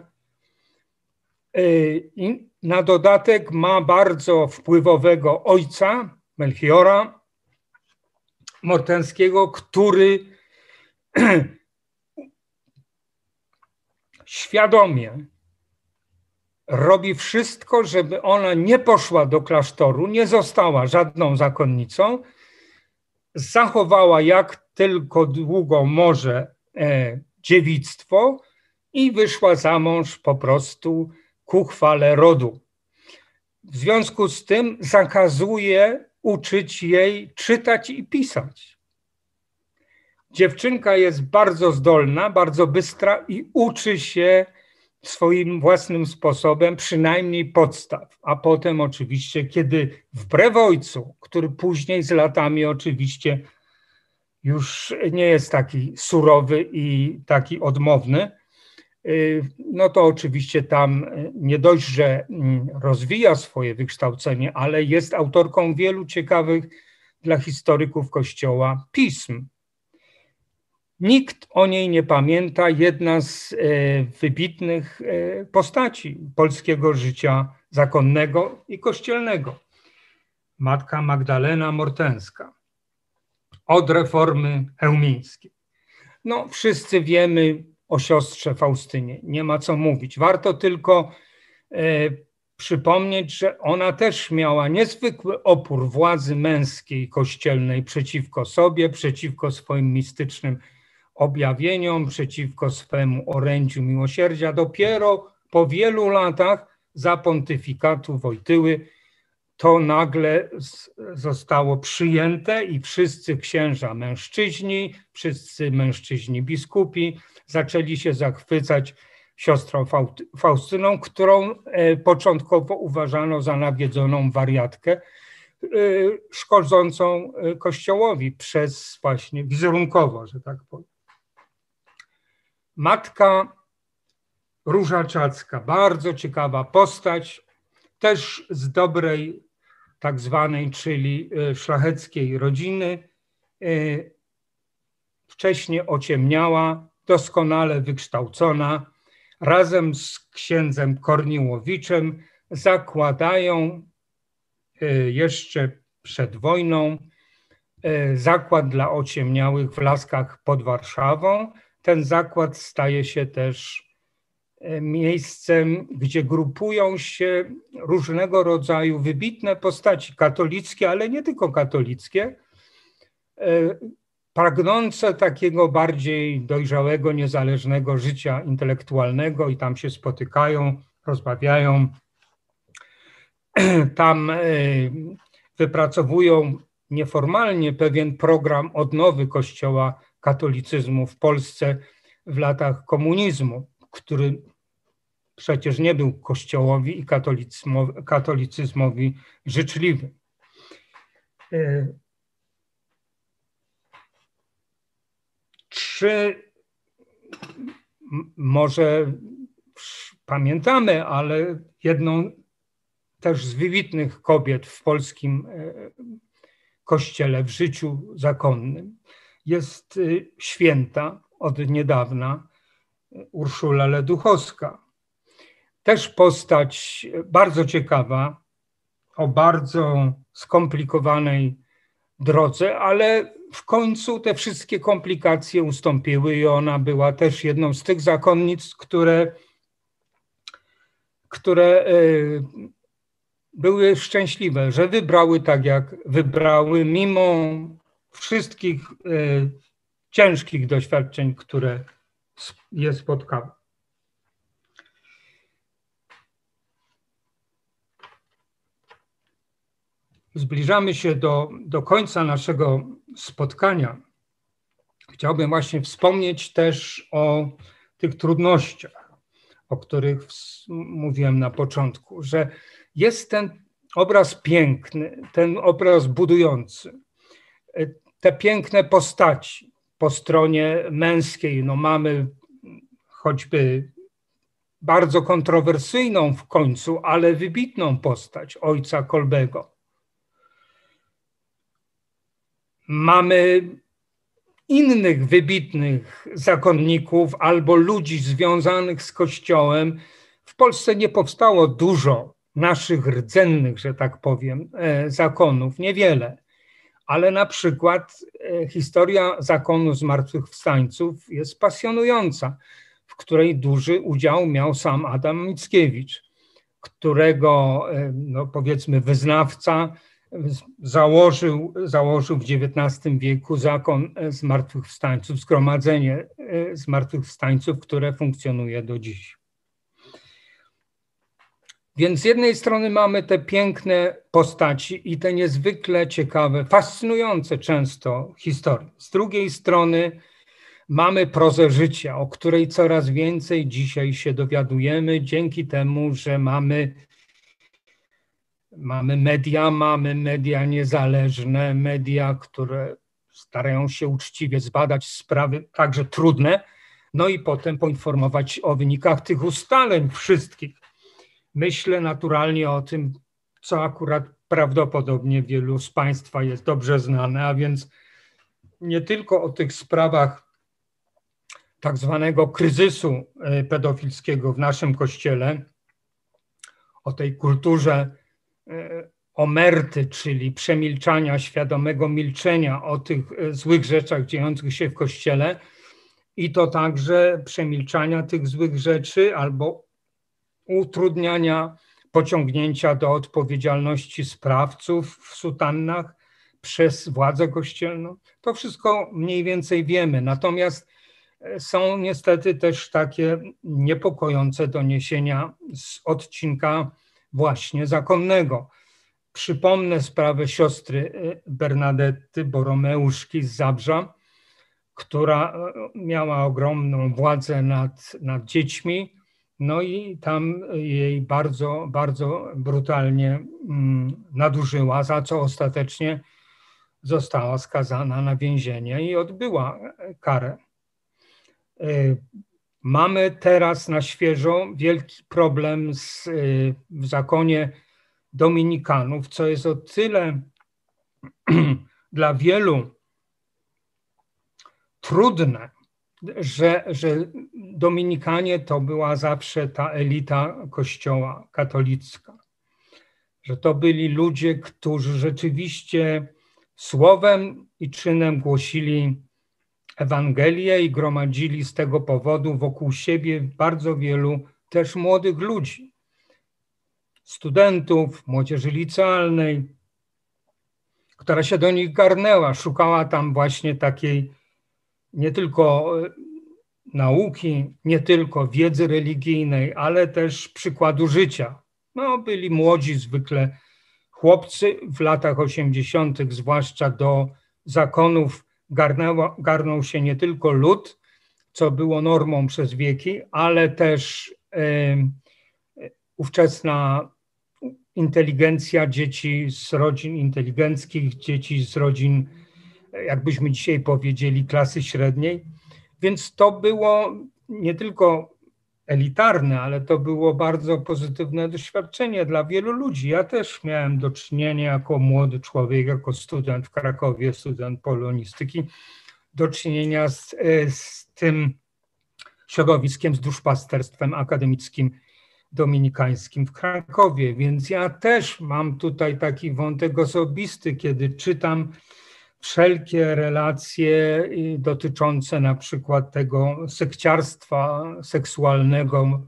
I na dodatek ma bardzo wpływowego ojca, Melchiora Mortenskiego, który świadomie robi wszystko, żeby ona nie poszła do klasztoru, nie została żadną zakonnicą, zachowała jak tylko długo może e, dziewictwo i wyszła za mąż po prostu ku chwale rodu. W związku z tym zakazuje uczyć jej czytać i pisać. Dziewczynka jest bardzo zdolna, bardzo bystra i uczy się swoim własnym sposobem przynajmniej podstaw, a potem oczywiście, kiedy wbrew ojcu, który później z latami oczywiście już nie jest taki surowy i taki odmowny, no to oczywiście tam nie dość, że rozwija swoje wykształcenie, ale jest autorką wielu ciekawych dla historyków Kościoła pism. Nikt o niej nie pamięta, jedna z wybitnych postaci polskiego życia zakonnego i kościelnego. Matka Magdalena Mortenska od reformy chełmińskiej. No, wszyscy wiemy o siostrze Faustynie, nie ma co mówić. Warto tylko e, przypomnieć, że ona też miała niezwykły opór władzy męskiej kościelnej przeciwko sobie, przeciwko swoim mistycznym objawieniom, przeciwko swemu orędziu miłosierdzia. Dopiero po wielu latach za pontyfikatu Wojtyły to nagle zostało przyjęte i wszyscy księża mężczyźni, wszyscy mężczyźni biskupi zaczęli się zachwycać siostrą Faustyną, którą początkowo uważano za nawiedzoną wariatkę, szkodzącą Kościołowi przez właśnie wizerunkowo, że tak powiem. Matka Róża Czacka, bardzo ciekawa postać, też z dobrej tak zwanej, czyli szlacheckiej rodziny, wcześniej ociemniała, doskonale wykształcona, razem z księdzem Korniłowiczem zakładają jeszcze przed wojną zakład dla ociemniałych w Laskach pod Warszawą. Ten zakład staje się też miejscem, gdzie grupują się różnego rodzaju wybitne postaci katolickie, ale nie tylko katolickie, pragnące takiego bardziej dojrzałego, niezależnego życia intelektualnego i tam się spotykają, rozmawiają, tam wypracowują nieformalnie pewien program odnowy Kościoła katolicyzmu w Polsce w latach komunizmu, który przecież nie był Kościołowi i katolicyzmowi życzliwy. Czy może pamiętamy, ale jedną też z wybitnych kobiet w polskim kościele, w życiu zakonnym jest święta od niedawna Urszula Leduchowska. Też postać bardzo ciekawa, o bardzo skomplikowanej drodze, ale w końcu te wszystkie komplikacje ustąpiły i ona była też jedną z tych zakonnic, które, które były szczęśliwe, że wybrały tak, jak wybrały, mimo wszystkich ciężkich doświadczeń, które je spotkały. Zbliżamy się do, do końca naszego spotkania. Chciałbym właśnie wspomnieć też o tych trudnościach, o których mówiłem na początku, że jest ten obraz piękny, ten obraz budujący, te piękne postaci, po stronie męskiej no mamy choćby bardzo kontrowersyjną w końcu, ale wybitną postać ojca Kolbego. Mamy innych wybitnych zakonników albo ludzi związanych z Kościołem. W Polsce nie powstało dużo naszych rdzennych, że tak powiem, zakonów, niewiele. Ale na przykład historia zakonu zmartwychwstańców jest pasjonująca, w której duży udział miał sam Adam Mickiewicz, którego no powiedzmy wyznawca założył, założył w dziewiętnastym wieku zakon zmartwychwstańców, zgromadzenie zmartwychwstańców, które funkcjonuje do dziś. Więc z jednej strony mamy te piękne postaci i te niezwykle ciekawe, fascynujące często historie. Z drugiej strony mamy prozę życia, o której coraz więcej dzisiaj się dowiadujemy dzięki temu, że mamy, mamy media, mamy media niezależne, media, które starają się uczciwie zbadać sprawy, także trudne, no i potem poinformować o wynikach tych ustaleń wszystkich. Myślę naturalnie o tym, co akurat prawdopodobnie wielu z Państwa jest dobrze znane, a więc nie tylko o tych sprawach tak zwanego kryzysu pedofilskiego w naszym Kościele, o tej kulturze omerty, czyli przemilczania, świadomego milczenia o tych złych rzeczach dziejących się w Kościele i to także przemilczania tych złych rzeczy albo utrudniania pociągnięcia do odpowiedzialności sprawców w sutannach przez władzę kościelną. To wszystko mniej więcej wiemy. Natomiast są niestety też takie niepokojące doniesienia z odcinka właśnie zakonnego. Przypomnę sprawę siostry Bernadetty Boromeuszki z Zabrza, która miała ogromną władzę nad, nad dziećmi. No i tam jej bardzo, bardzo brutalnie nadużyła, za co ostatecznie została skazana na więzienie i odbyła karę. Mamy teraz na świeżo wielki problem z, w zakonie dominikanów, co jest o tyle dla wielu trudne, Że, że Dominikanie to była zawsze ta elita Kościoła katolicka, że to byli ludzie, którzy rzeczywiście słowem i czynem głosili Ewangelię i gromadzili z tego powodu wokół siebie bardzo wielu też młodych ludzi, studentów, młodzieży licealnej, która się do nich garnęła, szukała tam właśnie takiej nie tylko nauki, nie tylko wiedzy religijnej, ale też przykładu życia. No, byli młodzi zwykle chłopcy w latach osiemdziesiątych, zwłaszcza do zakonów garnęło, garnął się nie tylko lud, co było normą przez wieki, ale też e, ówczesna inteligencja, dzieci z rodzin inteligenckich, dzieci z rodzin, jakbyśmy dzisiaj powiedzieli, klasy średniej. Więc to było nie tylko elitarne, ale to było bardzo pozytywne doświadczenie dla wielu ludzi. Ja też miałem do czynienia jako młody człowiek, jako student w Krakowie, student polonistyki, do czynienia z, z tym środowiskiem, z duszpasterstwem akademickim dominikańskim w Krakowie. Więc ja też mam tutaj taki wątek osobisty, kiedy czytam wszelkie relacje dotyczące na przykład tego sekciarstwa seksualnego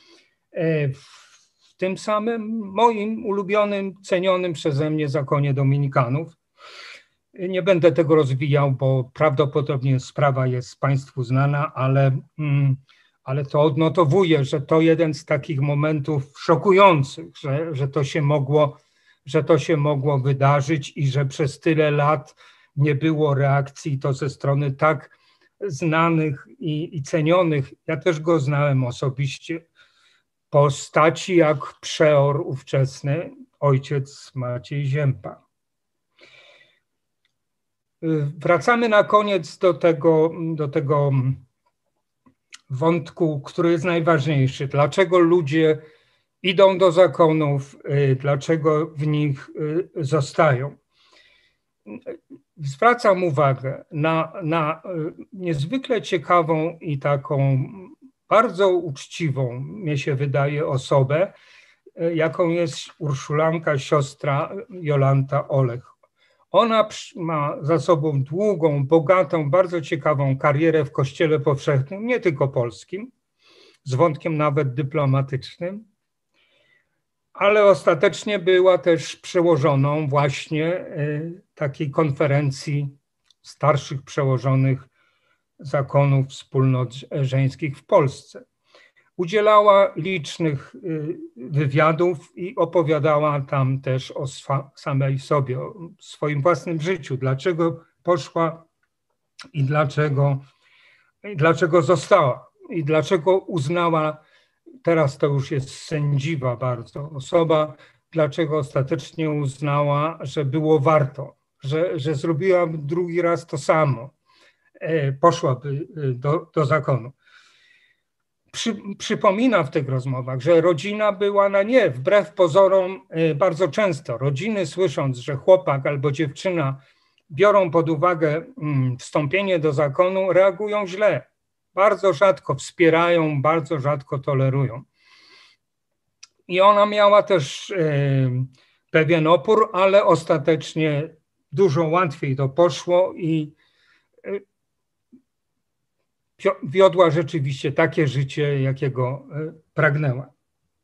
w tym samym moim ulubionym, cenionym przeze mnie zakonie dominikanów. Nie będę tego rozwijał, bo prawdopodobnie sprawa jest Państwu znana, ale, ale to odnotowuję, że to jeden z takich momentów szokujących, że, że, to się mogło, że to się mogło wydarzyć i że przez tyle lat nie było reakcji, to ze strony tak znanych i, i cenionych, ja też go znałem osobiście, postaci jak przeor ówczesny, ojciec Maciej Zięba. Wracamy na koniec do tego, do tego wątku, który jest najważniejszy. Dlaczego ludzie idą do zakonów, dlaczego w nich zostają? Zwracam uwagę na, na niezwykle ciekawą i taką bardzo uczciwą, mnie się wydaje, osobę, jaką jest urszulanka, siostra Jolanta Olech. Ona ma za sobą długą, bogatą, bardzo ciekawą karierę w Kościele Powszechnym, nie tylko polskim, z wątkiem nawet dyplomatycznym, ale ostatecznie była też przełożoną właśnie takiej konferencji starszych przełożonych zakonów wspólnot żeńskich w Polsce. Udzielała licznych wywiadów i opowiadała tam też o samej sobie, o swoim własnym życiu, dlaczego poszła i dlaczego, i dlaczego została i dlaczego uznała, teraz to już jest sędziwa bardzo osoba, dlaczego ostatecznie uznała, że było warto, że, że zrobiłaby drugi raz to samo, poszłaby do, do zakonu. Przy, przypomina w tych rozmowach, że rodzina była na nie, wbrew pozorom bardzo często. Rodziny, słysząc, że chłopak albo dziewczyna biorą pod uwagę wstąpienie do zakonu, reagują źle. Bardzo rzadko wspierają, bardzo rzadko tolerują. I ona miała też pewien opór, ale ostatecznie dużo łatwiej to poszło i wiodła rzeczywiście takie życie, jakiego pragnęła.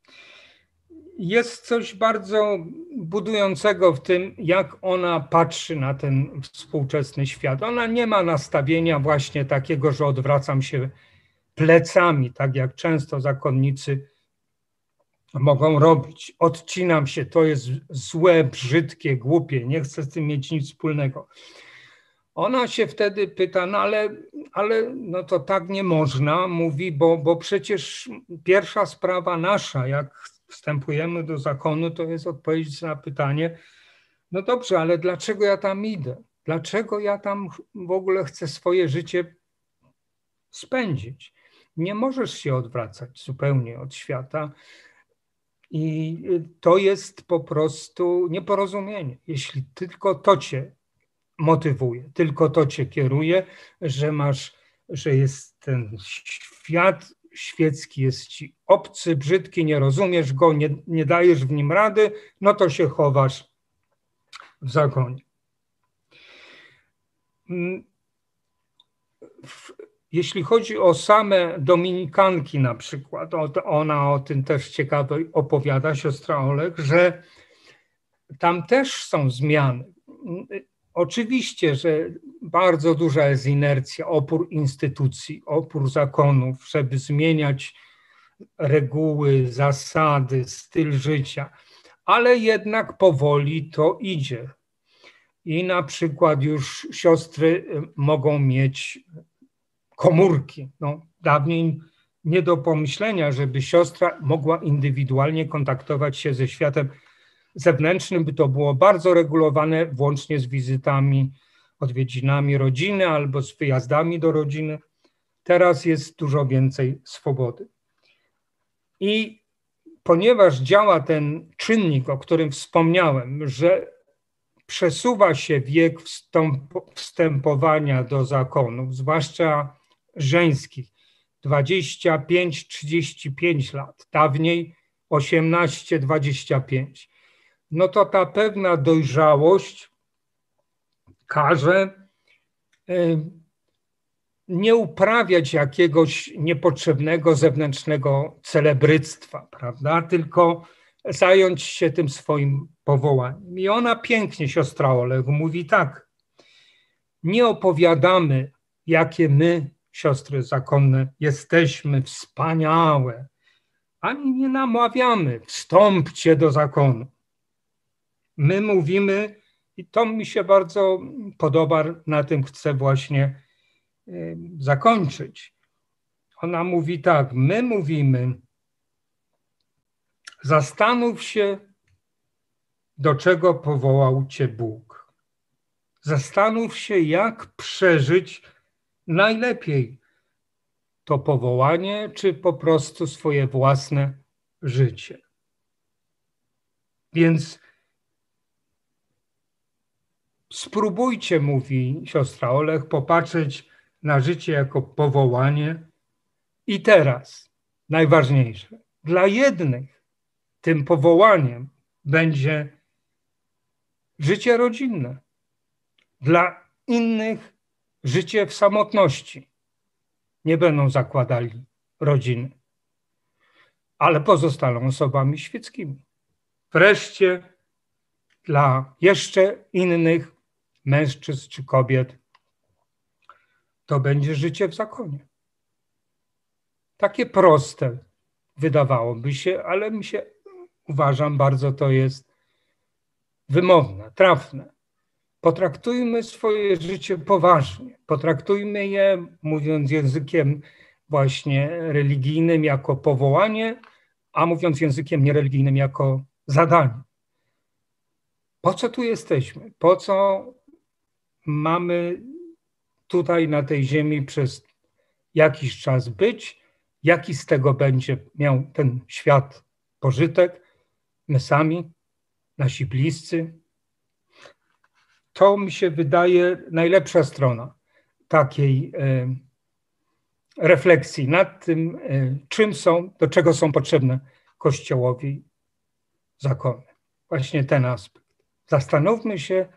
Jest coś bardzo budującego w tym, jak ona patrzy na ten współczesny świat. Ona nie ma nastawienia właśnie takiego, że odwracam się plecami, tak jak często zakonnicy mogą robić. Odcinam się, to jest złe, brzydkie, głupie, nie chcę z tym mieć nic wspólnego. Ona się wtedy pyta, no ale, ale no to tak nie można, mówi, bo, bo przecież pierwsza sprawa nasza, jak wstępujemy do zakonu, to jest odpowiedzieć na pytanie, no dobrze, ale dlaczego ja tam idę? Dlaczego ja tam w ogóle chcę swoje życie spędzić? Nie możesz się odwracać zupełnie od świata i to jest po prostu nieporozumienie. Jeśli tylko to cię motywuje, tylko to cię kieruje, że masz, że jest ten świat świecki jest ci obcy, brzydki, nie rozumiesz go, nie, nie dajesz w nim rady, no to się chowasz w zakonie. Jeśli chodzi o same dominikanki na przykład, ona o tym też ciekawie opowiada, siostra Olech, że tam też są zmiany. Oczywiście, że bardzo duża jest inercja, opór instytucji, opór zakonów, żeby zmieniać reguły, zasady, styl życia, ale jednak powoli to idzie. I na przykład już siostry mogą mieć komórki. No, dawniej nie do pomyślenia, żeby siostra mogła indywidualnie kontaktować się ze światem zewnętrznym, by to było bardzo regulowane, włącznie z wizytami, odwiedzinami rodziny albo z wyjazdami do rodziny. Teraz jest dużo więcej swobody. I ponieważ działa ten czynnik, o którym wspomniałem, że przesuwa się wiek wstępowania do zakonów, zwłaszcza żeńskich, dwadzieścia pięć trzydzieści pięć lat, dawniej osiemnaście dwadzieścia pięć. No to ta pewna dojrzałość każe nie uprawiać jakiegoś niepotrzebnego zewnętrznego celebryctwa, prawda? Tylko zająć się tym swoim powołaniem. I ona pięknie, siostra Olech, mówi tak, nie opowiadamy, jakie my, siostry zakonne, jesteśmy wspaniałe, ani nie namawiamy, wstąpcie do zakonu. My mówimy, i to mi się bardzo podoba, na tym chcę właśnie zakończyć. Ona mówi tak, my mówimy, zastanów się, do czego powołał cię Bóg. Zastanów się, jak przeżyć najlepiej to powołanie, czy po prostu swoje własne życie. Więc spróbujcie, mówi siostra Olech, popatrzeć na życie jako powołanie. I teraz najważniejsze. Dla jednych tym powołaniem będzie życie rodzinne. Dla innych życie w samotności. Nie będą zakładali rodziny, ale pozostaną osobami świeckimi. Wreszcie dla jeszcze innych mężczyzn czy kobiet to będzie życie w zakonie. Takie proste wydawałoby się, ale mi się, uważam, bardzo to jest wymowne, trafne. Potraktujmy swoje życie poważnie. Potraktujmy je, mówiąc językiem właśnie religijnym, jako powołanie, a mówiąc językiem niereligijnym, jako zadanie. Po co tu jesteśmy? Po co mamy tutaj na tej ziemi przez jakiś czas być? Jaki z tego będzie miał ten świat pożytek? My sami, nasi bliscy? To mi się wydaje najlepsza strona takiej e, refleksji nad tym, e, czym są, do czego są potrzebne Kościołowi zakony. Właśnie ten aspekt. Zastanówmy się,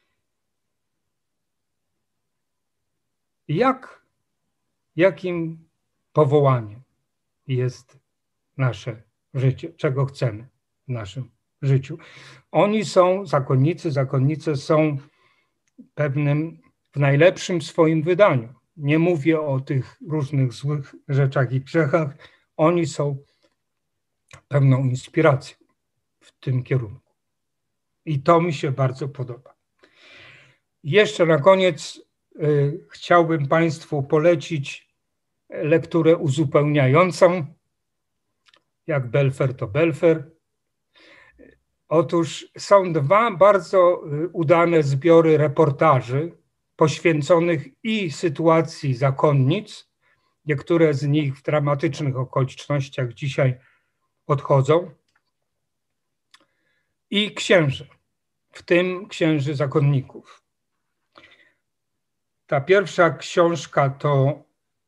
jak, jakim powołaniem jest nasze życie, czego chcemy w naszym życiu. Oni są, zakonnicy, zakonnice są pewnym, w najlepszym swoim wydaniu. Nie mówię o tych różnych złych rzeczach i grzechach. Oni są pewną inspiracją w tym kierunku. I to mi się bardzo podoba. Jeszcze na koniec y, chciałbym Państwu polecić lekturę uzupełniającą, jak Belfer to Belfer. Otóż są dwa bardzo udane zbiory reportaży poświęconych i sytuacji zakonnic. Niektóre z nich w dramatycznych okolicznościach dzisiaj odchodzą. I księży, w tym księży zakonników. Ta pierwsza książka to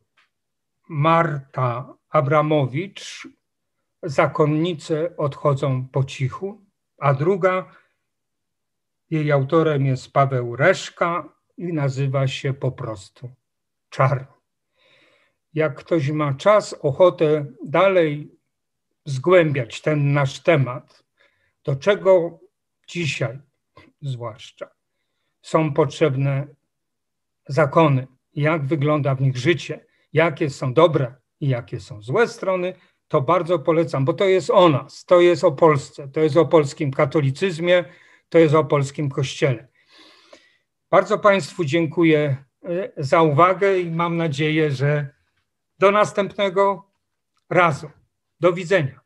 Marta Abramowicz, Zakonnice odchodzą po cichu, a druga, jej autorem jest Paweł Reszka i nazywa się po prostu Czarni. Jak ktoś ma czas, ochotę dalej zgłębiać ten nasz temat, do czego dzisiaj zwłaszcza są potrzebne zakony, jak wygląda w nich życie, jakie są dobre i jakie są złe strony, to bardzo polecam, bo to jest o nas, to jest o Polsce, to jest o polskim katolicyzmie, to jest o polskim Kościele. Bardzo Państwu dziękuję za uwagę i mam nadzieję, że do następnego razu. Do widzenia.